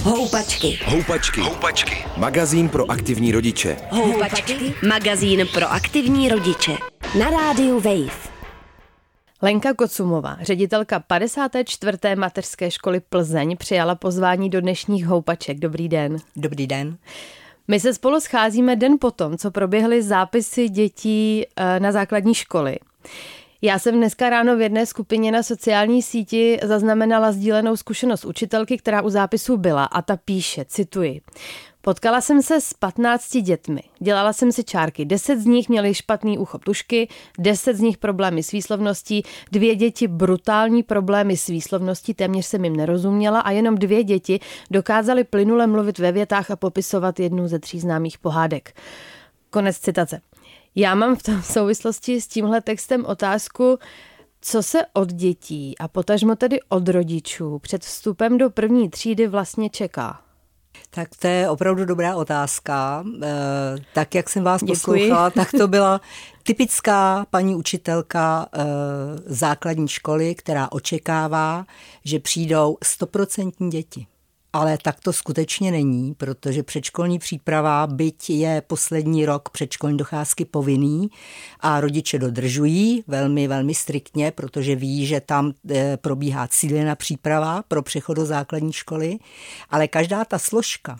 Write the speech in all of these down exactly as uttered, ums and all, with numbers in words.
Houpačky. Houpačky. Houpačky. Magazín pro aktivní rodiče. Houpačky. Magazín pro aktivní rodiče. Na rádiu Wave. Lenka Kocumová, ředitelka padesáté čtvrté mateřské školy Plzeň, přijala pozvání do dnešních houpaček. Dobrý den. Dobrý den. My se spolu scházíme den potom, co proběhly zápisy dětí na základní školy. Já jsem dneska ráno v jedné skupině na sociální síti zaznamenala sdílenou zkušenost učitelky, která u zápisu byla, a ta píše, cituji: Potkala jsem se s patnácti dětmi. Dělala jsem si čárky. Deset z nich měly špatný úchop tušky, deset z nich problémy s výslovností, dvě děti brutální problémy s výslovností, téměř jsem jim nerozuměla, a jenom dvě děti dokázaly plynule mluvit ve větách a popisovat jednu ze tří známých pohádek. Konec citace. Já mám v tom souvislosti s tímhle textem otázku, co se od dětí a potažmo tedy od rodičů před vstupem do první třídy vlastně čeká. Tak to je opravdu dobrá otázka. Tak, jak jsem vás Děkuji. poslouchala, tak to byla typická paní učitelka základní školy, která očekává, že přijdou stoprocentní děti. Ale tak to skutečně není, protože předškolní příprava, byť je poslední rok předškolní docházky povinný a rodiče dodržují velmi, velmi striktně, protože ví, že tam probíhá cílená příprava pro přechod do základní školy, ale každá ta složka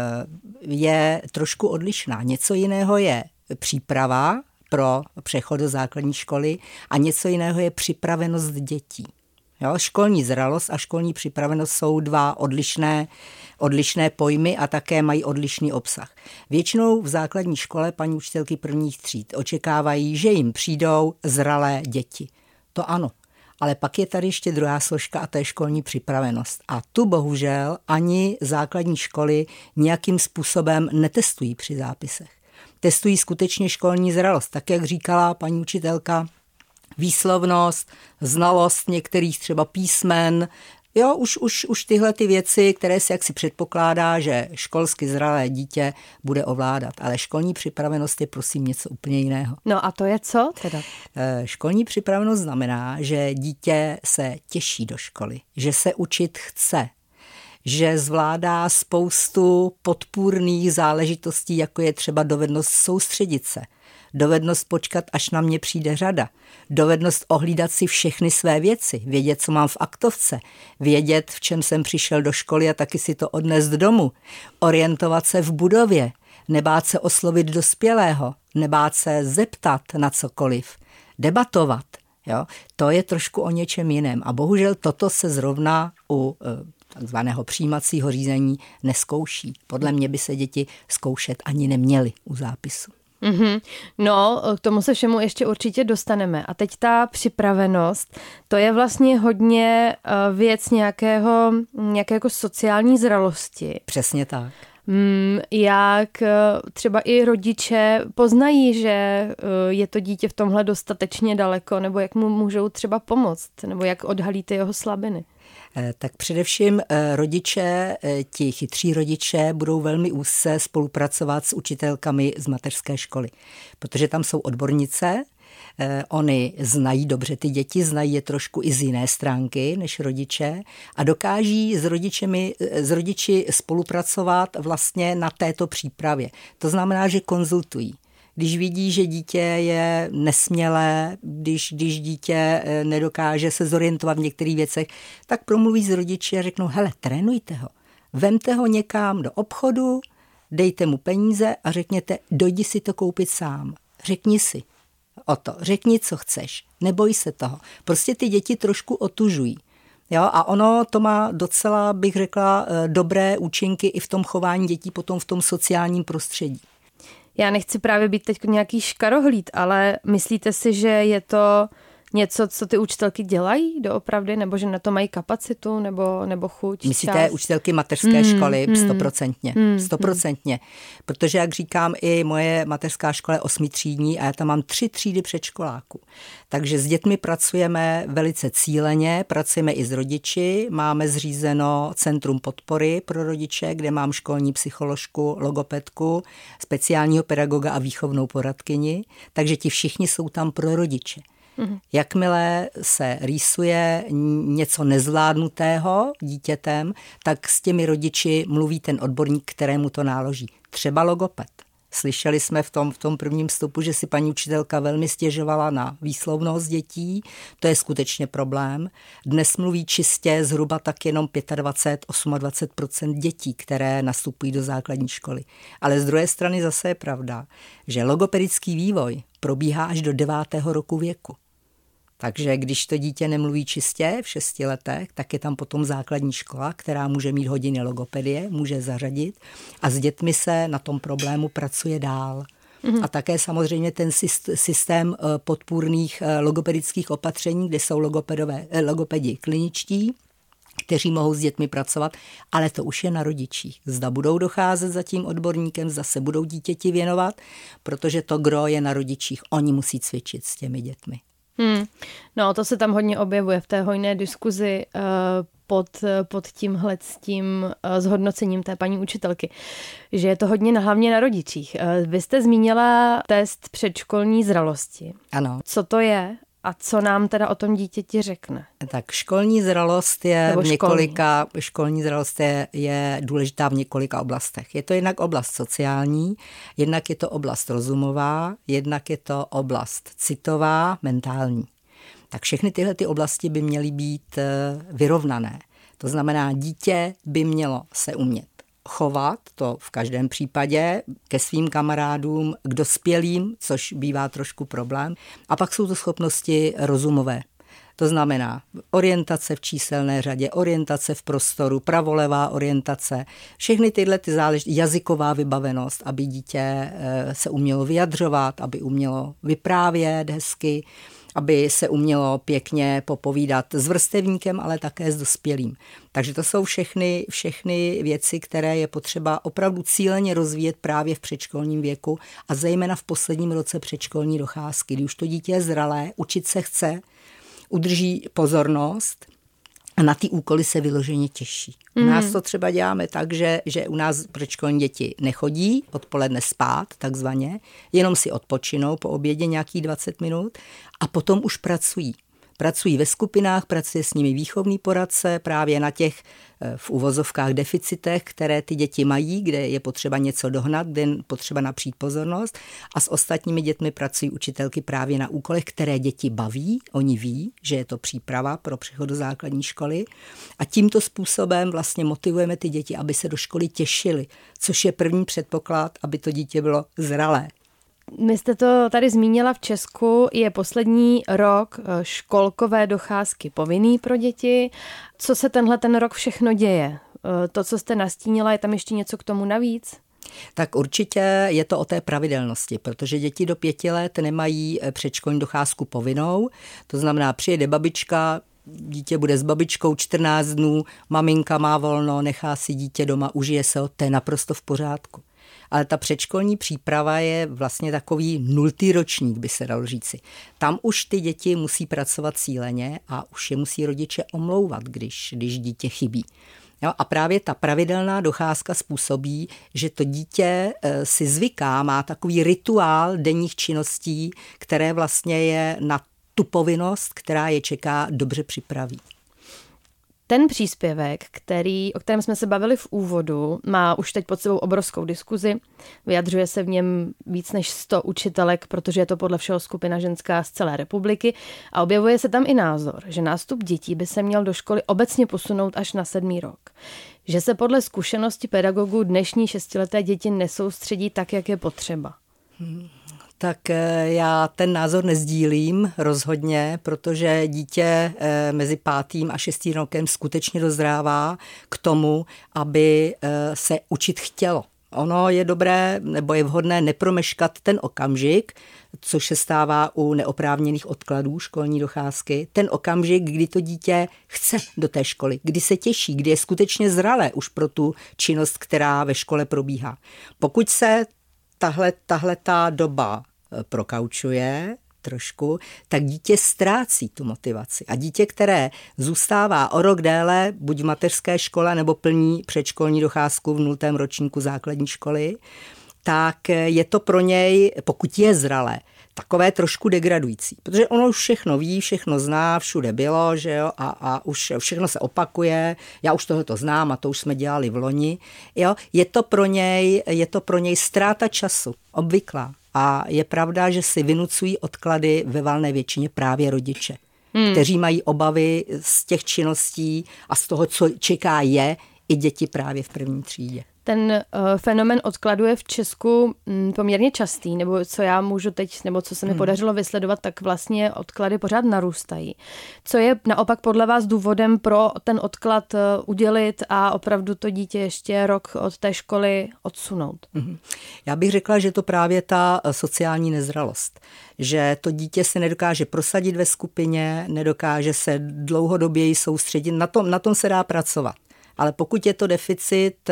je trošku odlišná. Něco jiného je příprava pro přechod do základní školy a něco jiného je připravenost dětí. Jo, školní zralost a školní připravenost jsou dva odlišné, odlišné pojmy a také mají odlišný obsah. Většinou v základní škole paní učitelky prvních tříd očekávají, že jim přijdou zralé děti. To ano, ale pak je tady ještě druhá složka a to je školní připravenost. A tu bohužel ani základní školy nějakým způsobem netestují při zápisech. Testují skutečně školní zralost, tak jak říkala paní učitelka, výslovnost, znalost některých třeba písmen, jo, už, už, už tyhle ty věci, které si jaksi předpokládá, že školsky zralé dítě bude ovládat. Ale školní připravenost je prosím něco úplně jiného. No a to je co teda? Školní připravenost znamená, že dítě se těší do školy, že se učit chce, že zvládá spoustu podpůrných záležitostí, jako je třeba dovednost soustředit se, dovednost počkat, až na mě přijde řada, dovednost ohlídat si všechny své věci, vědět, co mám v aktovce, vědět, v čem jsem přišel do školy a taky si to odnést domů, orientovat se v budově, nebát se oslovit dospělého, nebát se zeptat na cokoliv, debatovat. Jo? To je trošku o něčem jiném a bohužel toto se zrovna u takzvaného přijímacího řízení neskouší. Podle mě by se děti zkoušet ani neměly u zápisu. Mm-hmm. No, k tomu se všemu ještě určitě dostaneme. A teď ta připravenost, to je vlastně hodně věc nějakého, nějaké jako sociální zralosti. Přesně tak. Mm, jak třeba i rodiče poznají, že je to dítě v tomhle dostatečně daleko, nebo jak mu můžou třeba pomoct, nebo jak odhalíte jeho slabiny? Tak především rodiče, ti chytří rodiče budou velmi úzce spolupracovat s učitelkami z mateřské školy, protože tam jsou odbornice, oni znají dobře ty děti, znají je trošku i z jiné stránky než rodiče a dokáží s rodičemi, s rodiči spolupracovat vlastně na této přípravě. To znamená, že konzultují. Když vidí, že dítě je nesmělé, když, když dítě nedokáže se zorientovat v některých věcech, tak promluví s rodiči a řeknou, hele, trénujte ho, vemte ho někam do obchodu, dejte mu peníze a řekněte, dojdi si to koupit sám. Řekni si o to, řekni, co chceš, neboj se toho. Prostě ty děti trošku otužují. Jo, a ono to má docela, bych řekla, dobré účinky i v tom chování dětí, potom v tom sociálním prostředí. Já nechci právě být teď nějaký škarohlíd, ale myslíte si, že je to něco, co ty učitelky dělají doopravdy, nebo že na to mají kapacitu, nebo, nebo chuť? Myslíte čas? učitelky mateřské mm, školy? Stoprocentně. Mm, Stoprocentně. Protože, jak říkám, i moje mateřská škola je osmitřídní a já tam mám tři třídy předškoláků. Takže s dětmi pracujeme velice cíleně, pracujeme i s rodiči, máme zřízeno centrum podpory pro rodiče, kde mám školní psycholožku, logopedku, speciálního pedagoga a výchovnou poradkyni, takže ti všichni jsou tam pro rodiče. Mhm. Jakmile se rýsuje něco nezvládnutého dítětem, tak s těmi rodiči mluví ten odborník, kterému to náloží. Třeba logoped. Slyšeli jsme v tom, v tom prvním vstupu, že si paní učitelka velmi stěžovala na výslovnost dětí. To je skutečně problém. Dnes mluví čistě zhruba tak jenom dvacet pět, dvacet osm procent dětí, které nastupují do základní školy. Ale z druhé strany zase je pravda, že logopedický vývoj probíhá až do devátého roku věku. Takže když to dítě nemluví čistě v šesti letech, tak je tam potom základní škola, která může mít hodiny logopedie, může zařadit a s dětmi se na tom problému pracuje dál. Mm-hmm. A také samozřejmě ten systém podpůrných logopedických opatření, kde jsou logopedové, logopedi kliničtí, kteří mohou s dětmi pracovat, ale to už je na rodičích. Zda budou docházet za tím odborníkem, zda se budou dítěti věnovat, protože to gro je na rodičích. Oni musí cvičit s těmi dětmi. Hmm. No, to se tam hodně objevuje v té hojné diskuzi uh, pod, pod tímhle s tím uh, zhodnocením té paní učitelky, že je to hodně na, hlavně na rodičích. Uh, vy jste zmínila test předškolní zralosti. Ano. Co to je a co nám teda o tom dítěti řekne? Tak školní zralost je v několika, školní zralost je, je důležitá v několika oblastech. Je to jednak oblast sociální, jednak je to oblast rozumová, jednak je to oblast citová, mentální. Tak všechny tyhle ty oblasti by měly být vyrovnané. To znamená, dítě by mělo se umět chovat, to v každém případě, ke svým kamarádům, k dospělým, což bývá trošku problém. A pak jsou to schopnosti rozumové. To znamená orientace v číselné řadě, orientace v prostoru, pravolevá orientace, všechny tyhle ty záležitosti, jazyková vybavenost, aby dítě se umělo vyjadřovat, aby umělo vyprávět hezky, aby se umělo pěkně popovídat s vrstevníkem, ale také s dospělým. Takže to jsou všechny, všechny věci, které je potřeba opravdu cíleně rozvíjet právě v předškolním věku a zejména v posledním roce předškolní docházky, kdy už to dítě je zralé, učit se chce, udrží pozornost a na ty úkoly se vyloženě těší. U Mm. nás to třeba děláme tak, že, že u nás předškolní děti nechodí odpoledne spát, takzvaně, jenom si odpočinou po obědě nějakých dvacet minut a potom už pracují. Pracují ve skupinách, pracuje s nimi výchovný poradce právě na těch v uvozovkách deficitech, které ty děti mají, kde je potřeba něco dohnat, kde je potřeba napřít pozornost a s ostatními dětmi pracují učitelky právě na úkolech, které děti baví. Oni ví, že je to příprava pro přechod do základní školy a tímto způsobem vlastně motivujeme ty děti, aby se do školy těšily, což je první předpoklad, aby to dítě bylo zralé. My jste to tady zmínila, v Česku je poslední rok školkové docházky povinný pro děti. Co se tenhle ten rok všechno děje? To, co jste nastínila, je tam ještě něco k tomu navíc? Tak určitě je to o té pravidelnosti, protože děti do pěti let nemají předškolní docházku povinnou. To znamená, přijede babička, dítě bude s babičkou čtrnáct dnů, maminka má volno, nechá si dítě doma, užije se ho, to je naprosto v pořádku. Ale ta předškolní příprava je vlastně takový nultý ročník, by se dalo říci. Tam už ty děti musí pracovat cíleně a už je musí rodiče omlouvat, když, když dítě chybí. Jo, a právě ta pravidelná docházka způsobí, že to dítě si zvyká, má takový rituál denních činností, které vlastně je na tu povinnost, která je čeká, dobře připraví. Ten příspěvek, který, o kterém jsme se bavili v úvodu, má už teď pod sebou obrovskou diskuzi. Vyjadřuje se v něm víc než sto učitelek, protože je to podle všeho skupina ženská z celé republiky. A objevuje se tam i názor, že nástup dětí by se měl do školy obecně posunout až na sedmý rok. Že se podle zkušenosti pedagogů dnešní šestileté děti nesoustředí tak, jak je potřeba. Hmm. Tak já ten názor nezdílím rozhodně, protože dítě mezi pátým a šestým rokem skutečně dozrává k tomu, aby se učit chtělo. Ono je dobré nebo je vhodné nepromeškat ten okamžik, což se stává u neoprávněných odkladů školní docházky, ten okamžik, kdy to dítě chce do té školy, kdy se těší, kdy je skutečně zralé už pro tu činnost, která ve škole probíhá. Pokud se tahle, tahle ta doba prokaučuje trošku, tak dítě ztrácí tu motivaci. A dítě, které zůstává o rok déle, buď v mateřské škole, nebo plní předškolní docházku v nultém ročníku základní školy, tak je to pro něj, pokud je zralé, takové trošku degradující, protože ono už všechno ví, všechno zná, všude bylo, že jo, a, a už všechno se opakuje, já už tohle to znám a to už jsme dělali v loni, jo, je to pro něj, je to pro něj ztráta času, obvyklá. A je pravda, že si vynucují odklady ve valné většině právě rodiče, hmm. kteří mají obavy z těch činností a z toho, co čeká je i děti právě v první třídě. Ten uh, fenomén odkladu je v Česku m, poměrně častý, nebo co já můžu teď, nebo co se mi hmm. podařilo vysledovat, tak vlastně odklady pořád narůstají. Co je naopak podle vás důvodem pro ten odklad uh, udělit a opravdu to dítě ještě rok od té školy odsunout? Hmm. Já bych řekla, že to právě ta sociální nezralost. Že to dítě se nedokáže prosadit ve skupině, nedokáže se dlouhodoběji soustředit, na tom, na tom se dá pracovat. Ale pokud je to deficit,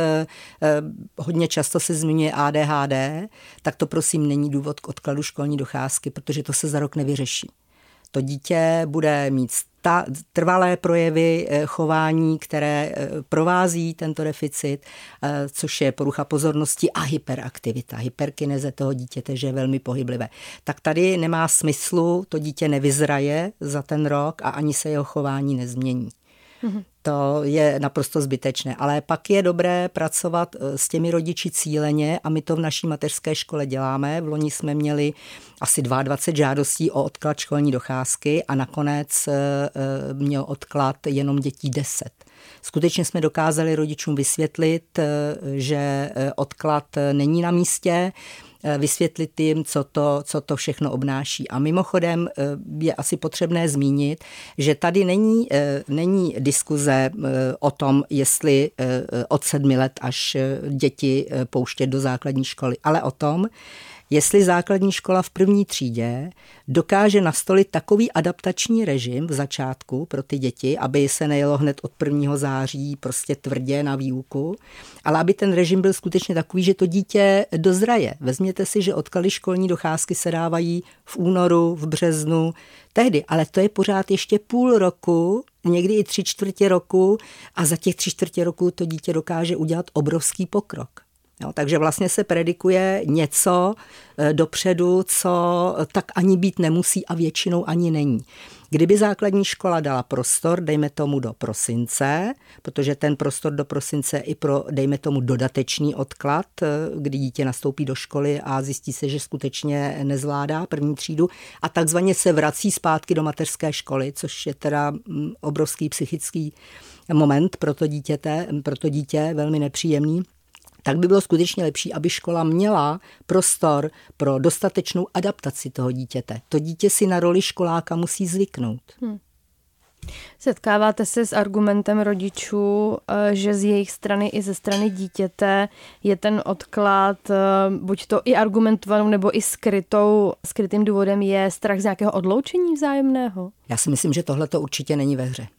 hodně často se zmiňuje A D H D, tak to prosím není důvod k odkladu školní docházky, protože to se za rok nevyřeší. To dítě bude mít ta, trvalé projevy chování, které provází tento deficit, což je porucha pozornosti a hyperaktivita, hyperkineze toho dítěte, že je velmi pohyblivé. Tak tady nemá smyslu, to dítě nevyzraje za ten rok a ani se jeho chování nezmění. Mm-hmm. To je naprosto zbytečné, ale pak je dobré pracovat s těmi rodiči cíleně a my to v naší mateřské škole děláme. V loni jsme měli asi dvacet dva žádostí o odklad školní docházky a nakonec měl odklad jenom dětí deset. Skutečně jsme dokázali rodičům vysvětlit, že odklad není na místě, vysvětlit jim, co to, co to všechno obnáší. A mimochodem je asi potřebné zmínit, že tady není, není diskuze o tom, jestli od sedmi let až děti pouštět do základní školy, ale o tom, jestli základní škola v první třídě dokáže nastolit takový adaptační režim v začátku pro ty děti, aby se nejelo hned od prvního září prostě tvrdě na výuku, ale aby ten režim byl skutečně takový, že to dítě dozraje. Vezměte si, že odklady školní docházky se dávají v únoru, v březnu, tehdy, ale to je pořád ještě půl roku, někdy i tři čtvrtě roku a za těch tři čtvrtě roku to dítě dokáže udělat obrovský pokrok. Jo, takže vlastně se predikuje něco dopředu, co tak ani být nemusí a většinou ani není. Kdyby základní škola dala prostor, dejme tomu do prosince, protože ten prostor do prosince i pro, dejme tomu, dodatečný odklad, kdy dítě nastoupí do školy a zjistí se, že skutečně nezvládá první třídu a takzvaně se vrací zpátky do mateřské školy, což je teda obrovský psychický moment pro to dítěte, pro to dítě, velmi nepříjemný. Tak by bylo skutečně lepší, aby škola měla prostor pro dostatečnou adaptaci toho dítěte. To dítě si na roli školáka musí zvyknout. Hmm. Setkáváte se s argumentem rodičů, že z jejich strany i ze strany dítěte je ten odklad, buď to i argumentovanou, nebo i skrytou, skrytým důvodem je strach z nějakého odloučení vzájemného? Já si myslím, že tohle to určitě není ve hře.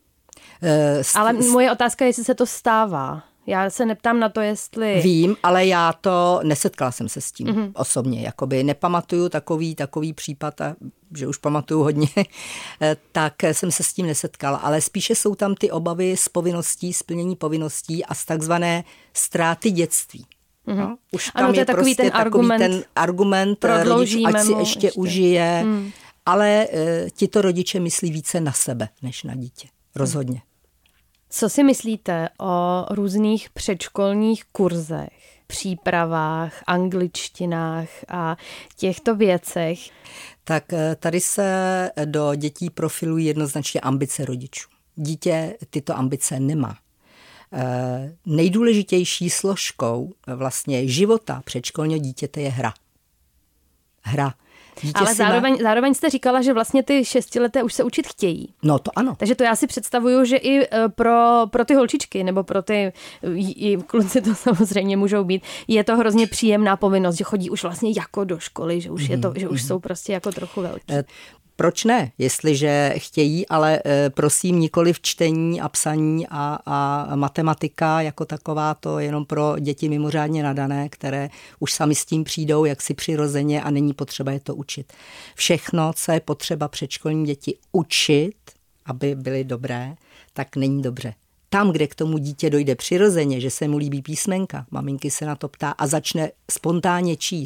Ale moje otázka je, jestli se to stává. Já se neptám na to, jestli... Vím, ale já to nesetkala jsem se s tím mm-hmm. osobně. Jakoby nepamatuju takový, takový případ, a že už pamatuju hodně, tak jsem se s tím nesetkala. Ale spíše jsou tam ty obavy z povinností, splnění povinností a z takzvané ztráty dětství. Mm-hmm. No? Už tam ano, to je, je takový prostě ten takový argument, ten argument rodič, ať si ještě, ještě. užije. Mm. Ale e, tito rodiče myslí více na sebe, než na dítě. Rozhodně. Co si myslíte o různých předškolních kurzech, přípravách, angličtinách a těchto věcech? Tak tady se do dětí profilují jednoznačně ambice rodičů. Dítě tyto ambice nemá. E, nejdůležitější složkou vlastně života předškolního dítěte je hra. Hra. Dítě Ale zároveň, má... zároveň jste říkala, že vlastně ty šestileté už se učit chtějí. No to ano. Takže to já si představuju, že i pro, pro ty holčičky, nebo pro ty i kluci to samozřejmě můžou být, je to hrozně příjemná povinnost, že chodí už vlastně jako do školy, že už, je to, že už jsou prostě jako trochu velký. Proč ne, jestliže chtějí, ale prosím nikoli v čtení a psaní a, a matematika jako taková, to jenom pro děti mimořádně nadané, které už sami s tím přijdou jaksi přirozeně a není potřeba je to učit. Všechno, co je potřeba předškolní děti učit, aby byly dobré, tak není dobře. Tam, kde k tomu dítě dojde přirozeně, že se mu líbí písmenka, maminky se na to ptá a začne spontánně číst,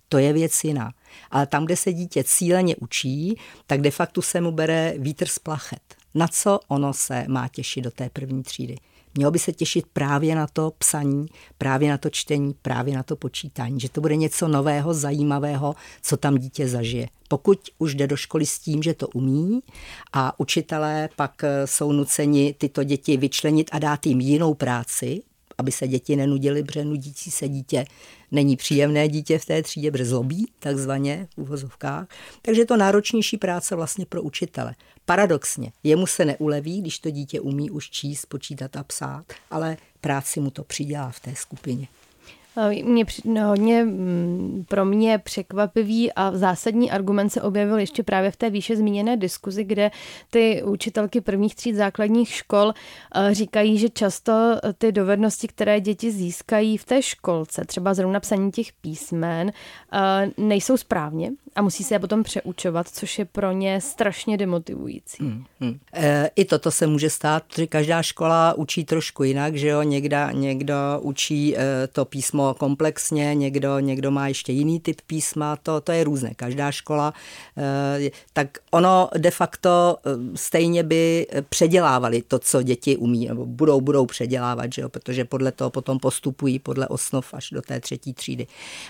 To je věc jiná. Ale tam, kde se dítě cíleně učí, tak de facto se mu bere vítr z plachet. Na co ono se má těšit do té první třídy? Mělo by se těšit právě na to psaní, právě na to čtení, právě na to počítání, že to bude něco nového, zajímavého, co tam dítě zažije. Pokud už jde do školy s tím, že to umí a učitelé pak jsou nuceni tyto děti vyčlenit a dát jim jinou práci, aby se děti nenudily, protože nudící se dítě není příjemné dítě v té třídě, protože zlobí, takzvaně v uvozovkách. Takže je to náročnější práce vlastně pro učitele. Paradoxně, jemu se neuleví, když to dítě umí už číst, počítat a psát, ale práci mu to přidělá v té skupině. Mě, no, hodně pro mě překvapivý a zásadní argument se objevil ještě právě v té výše zmíněné diskuzi, kde ty učitelky prvních tříd základních škol říkají, že často ty dovednosti, které děti získají v té školce, třeba zrovna psaní těch písmen, nejsou správně a musí se je potom přeučovat, což je pro ně strašně demotivující. Hmm, hmm. E, I toto se může stát, protože každá škola učí trošku jinak, že jo, někdo, někdo učí e, to písmo komplexně, někdo, někdo má ještě jiný typ písma, to, to je různé. Každá škola, e, tak ono de facto stejně by předělávali to, co děti umí, nebo budou, budou předělávat, že jo, protože podle toho potom postupují podle osnov až do té třetí třídy.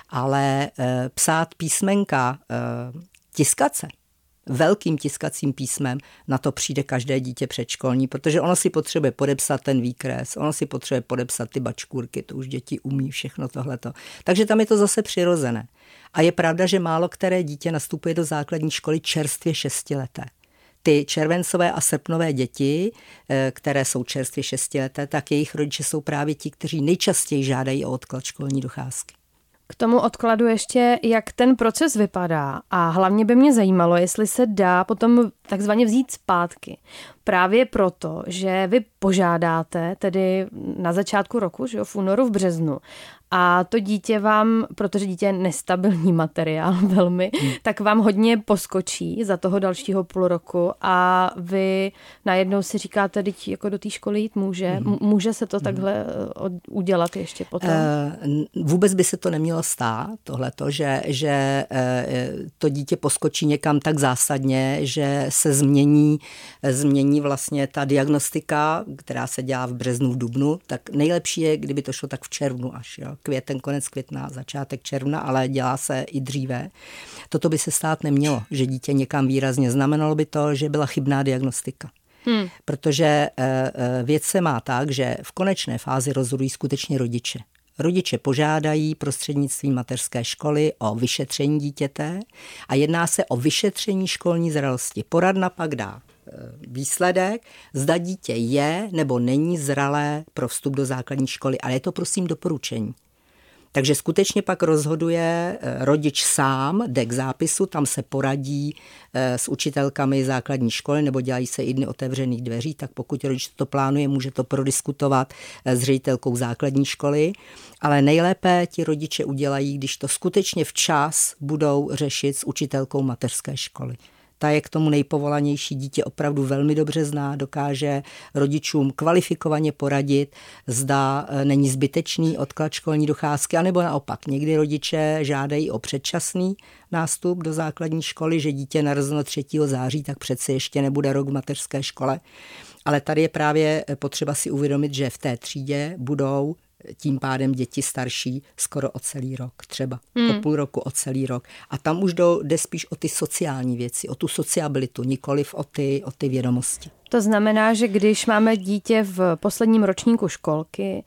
Ale e, psát písmenka, e, tiskat se velkým tiskacím písmem, na to přijde každé dítě předškolní, protože ono si potřebuje podepsat ten výkres, ono si potřebuje podepsat ty bačkůrky, to už děti umí všechno tohleto. Takže tam je to zase přirozené. A je pravda, že málo které dítě nastupuje do základní školy čerstvě šestileté. Ty červencové a srpnové děti, které jsou čerstvě šestileté, tak jejich rodiče jsou právě ti, kteří nejčastěji žádají o odklad školní docházky. K tomu odkladu ještě, jak ten proces vypadá a hlavně by mě zajímalo, jestli se dá potom takzvaně vzít zpátky. Právě proto, že vy požádáte tedy na začátku roku, že jo, v únoru, v březnu, a to dítě vám, protože dítě je nestabilní materiál velmi, hmm. tak vám hodně poskočí za toho dalšího půl roku a vy najednou si říkáte, teď jako do té školy jít může. Hmm. Může se to hmm. takhle udělat ještě potom? Uh, vůbec by se to nemělo stát, tohleto, že, že uh, to dítě poskočí někam tak zásadně, že se změní, změní vlastně ta diagnostika, která se dělá v březnu, v dubnu, tak nejlepší je, kdyby to šlo tak v červnu až, jo. Květen, konec května, začátek června, ale dělá se i dříve. Toto by se stát nemělo, že dítě někam výrazně, znamenalo by to, že byla chybná diagnostika. Hmm. Protože věc se má tak, že v konečné fázi rozhodují skutečně rodiče. Rodiče požádají prostřednictvím mateřské školy o vyšetření dítěte a jedná se o vyšetření školní zralosti. Poradna pak dá výsledek, zda dítě je nebo není zralé pro vstup do základní školy, ale je to prosím doporučení. Takže skutečně pak rozhoduje rodič sám, jde k zápisu, tam se poradí s učitelkami základní školy nebo dělají se i dny otevřených dveří, tak pokud rodič to plánuje, může to prodiskutovat s ředitelkou základní školy, ale nejlépe ti rodiče udělají, když to skutečně včas budou řešit s učitelkou mateřské školy. Ta je k tomu nejpovolanější, dítě opravdu velmi dobře zná, dokáže rodičům kvalifikovaně poradit, zda není zbytečný odklad školní docházky, anebo naopak. Někdy rodiče žádají o předčasný nástup do základní školy, že dítě narozeno třetího září, tak přece ještě nebude rok v mateřské škole. Ale tady je právě potřeba si uvědomit, že v té třídě budou tím pádem děti starší skoro o celý rok, třeba hmm. o půl roku, o celý rok. A tam už jde spíš o ty sociální věci, o tu sociabilitu, nikoliv o ty, o ty vědomosti. To znamená, že když máme dítě v posledním ročníku školky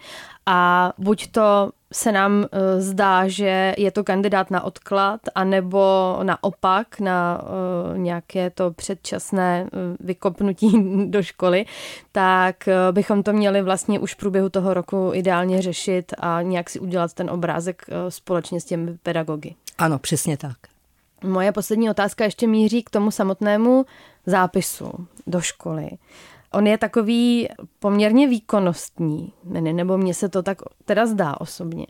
a buď to se nám zdá, že je to kandidát na odklad, anebo naopak na uh, nějaké to předčasné uh, vykopnutí do školy, tak uh, bychom to měli vlastně už v průběhu toho roku ideálně řešit a nějak si udělat ten obrázek uh, společně s těmi pedagogy. Ano, přesně tak. Moje poslední otázka ještě míří k tomu samotnému zápisu do školy. On je takový poměrně výkonnostní, nebo mně se to tak teda zdá osobně.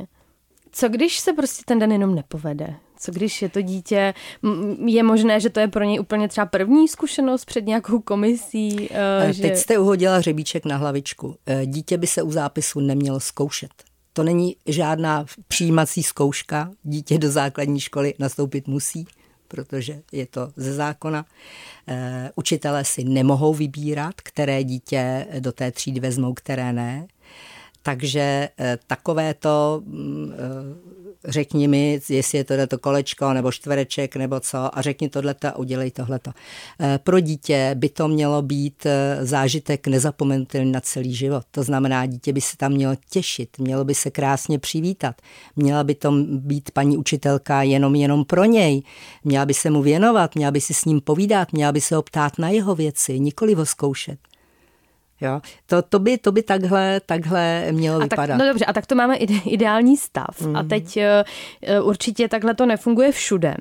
Co když se prostě ten den jenom nepovede? Co když je to dítě, je možné, že to je pro něj úplně třeba první zkušenost před nějakou komisí? Uh, Teď že... jste uhodila hřebíček na hlavičku. Dítě by se u zápisu nemělo zkoušet. To není žádná přijímací zkouška, dítě do základní školy nastoupit musí, protože je to ze zákona. E, učitelé si nemohou vybírat, které dítě do té třídy vezmou, které ne. Takže e, takovéto, e, řekni mi, jestli je tohleto kolečko nebo čtvereček nebo co, a řekni tohleto a udělej tohleto. E, pro dítě by to mělo být zážitek nezapomenutelný na celý život. To znamená, dítě by se tam mělo těšit, mělo by se krásně přivítat. Měla by to být paní učitelka jenom jenom pro něj. Měla by se mu věnovat, měla by si s ním povídat, měla by se ho ptát na jeho věci, nikoli ho zkoušet. Jo, to, to, by, to by takhle, takhle mělo a vypadat. Tak, no dobře, a tak to máme ide, ideální stav. Mm. A teď uh, určitě takhle to nefunguje všude.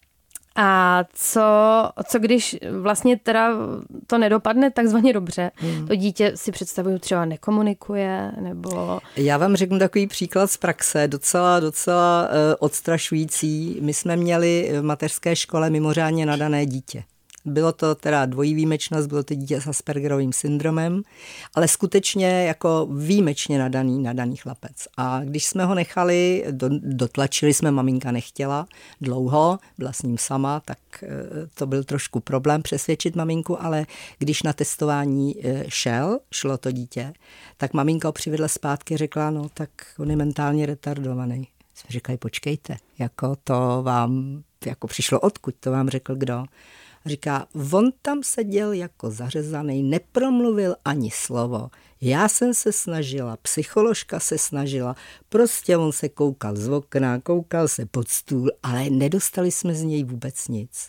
A co, co když vlastně teda to nedopadne takzvaně dobře? Mm. To dítě si představuju třeba nekomunikuje, nebo... Já vám řeknu takový příklad z praxe, docela, docela uh, odstrašující. My jsme měli v mateřské škole mimořádně nadané dítě. Bylo to teda dvojí výjimečnost, bylo to dítě s Aspergerovým syndromem, ale skutečně jako výjimečně nadaný, nadaný chlapec. A když jsme ho nechali, do, dotlačili jsme, maminka nechtěla dlouho, byla s ním sama, tak to byl trošku problém přesvědčit maminku, ale když na testování šel, šlo to dítě, tak maminka ho přivedla zpátky, řekla, no tak on je mentálně retardovaný. Jsme říkali, počkejte, jako to vám jako přišlo odkud, to vám řekl kdo? Říká, on tam seděl jako zařezaný, nepromluvil ani slovo. Já jsem se snažila, psycholožka se snažila, prostě on se koukal z okna, koukal se pod stůl, ale nedostali jsme z něj vůbec nic.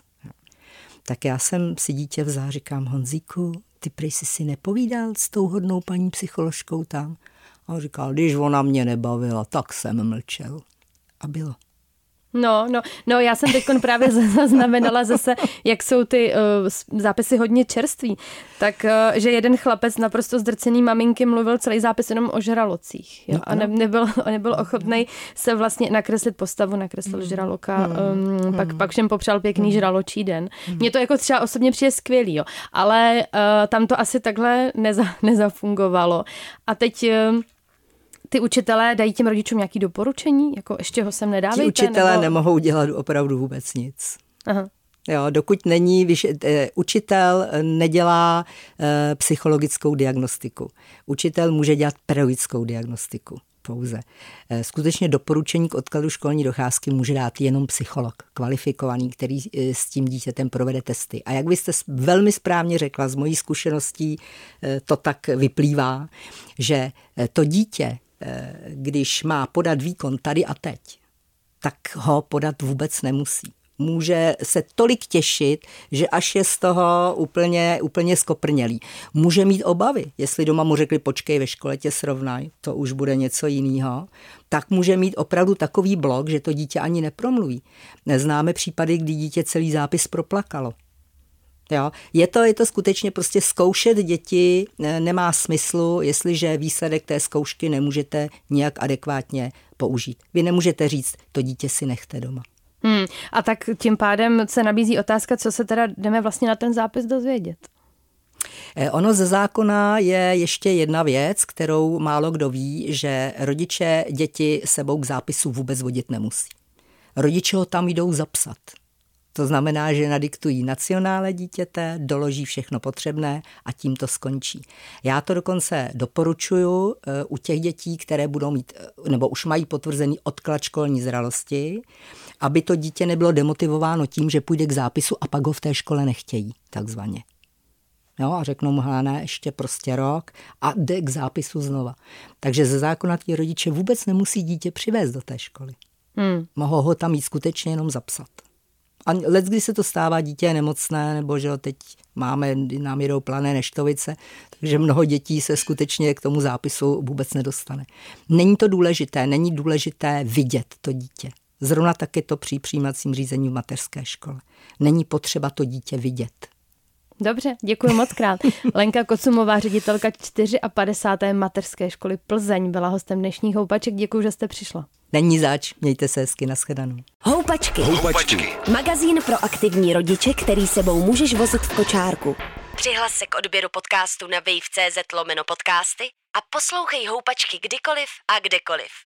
Tak já jsem si dítě vzala, říkám, Honzíku, ty prej jsi si nepovídal s tou hodnou paní psycholožkou tam? A on říkal, když ona mě nebavila, tak jsem mlčel. A bylo. No, no, no, já jsem teď právě zaznamenala zase, jak jsou ty uh, zápisy hodně čerství, tak, uh, že jeden chlapec naprosto zdrcený maminky mluvil celý zápis jenom o žralocích, jo? No, a ne, nebyl, nebyl ochotnej se vlastně nakreslit postavu, nakreslil mm. žraloka, um, mm. pak, pak všem popřál pěkný mm. žraločí den. Mm. Mně to jako třeba osobně přijde skvělý, jo? Ale uh, tam to asi takhle neza, nezafungovalo. A teď... Uh, Ty učitelé dají těm rodičům nějaké doporučení? Jako ještě ho sem nedávejte? Ti učitelé nebo... nemohou dělat opravdu vůbec nic. Aha. Jo, dokud není, víš, učitel nedělá e, psychologickou diagnostiku. Učitel může dělat pedagogickou diagnostiku pouze. E, skutečně doporučení k odkladu školní docházky může dát jenom psycholog kvalifikovaný, který e, s tím dítětem provede testy. A jak byste velmi správně řekla, z mojí zkušeností e, to tak vyplývá, že to dítě, když má podat výkon tady a teď, tak ho podat vůbec nemusí. Může se tolik těšit, že až je z toho úplně, úplně skoprnělý. Může mít obavy, jestli doma mu řekli, počkej, ve škole tě srovnaj, to už bude něco jiného, tak může mít opravdu takový blok, že to dítě ani nepromluví. Neznáme případy, kdy dítě celý zápis proplakalo. Jo. Je to, je to skutečně prostě zkoušet děti nemá smyslu, jestliže výsledek té zkoušky nemůžete nějak adekvátně použít. Vy nemůžete říct, to dítě si nechte doma. Hmm. A tak tím pádem se nabízí otázka, co se teda jdeme vlastně na ten zápis dozvědět. Ono ze zákona je ještě jedna věc, kterou málo kdo ví, že rodiče děti sebou k zápisu vůbec vodit nemusí. Rodiče ho tam jdou zapsat. To znamená, že nadiktují nacionále dítěte, doloží všechno potřebné a tím to skončí. Já to dokonce doporučuju u těch dětí, které budou mít, nebo už mají potvrzený odklad školní zralosti, aby to dítě nebylo demotivováno tím, že půjde k zápisu a pak ho v té škole nechtějí, takzvaně. Jo, a řeknou mu, ne, ještě prostě rok a jde k zápisu znova. Takže ze zákona tí rodiče vůbec nemusí dítě přivést do té školy. Hmm. Mohou ho tam jít skutečně jenom zapsat. A leckdy se to stává, dítě je nemocné, nebo že teď máme, nám jedou plané neštovice, takže mnoho dětí se skutečně k tomu zápisu vůbec nedostane. Není to důležité, není důležité vidět to dítě. Zrovna tak je to při přijímacím řízení v mateřské škole. Není potřeba to dítě vidět. Dobře, děkuji moc krát. Lenka Kocumová, ředitelka padesát čtyři mateřské školy Plzeň, byla hostem dnešních Houpaček. Děkuji, že jste přišla. Není zač, mějte se hezky, nashledanou. Houpačky. Houpačky. Magazín pro aktivní rodiče, který sebou můžeš vozit v kočárku. Přihlas se k odběru podcastu na wave tečka cz lomeno podcasty a poslouchej Houpačky kdykoliv a kdekoliv.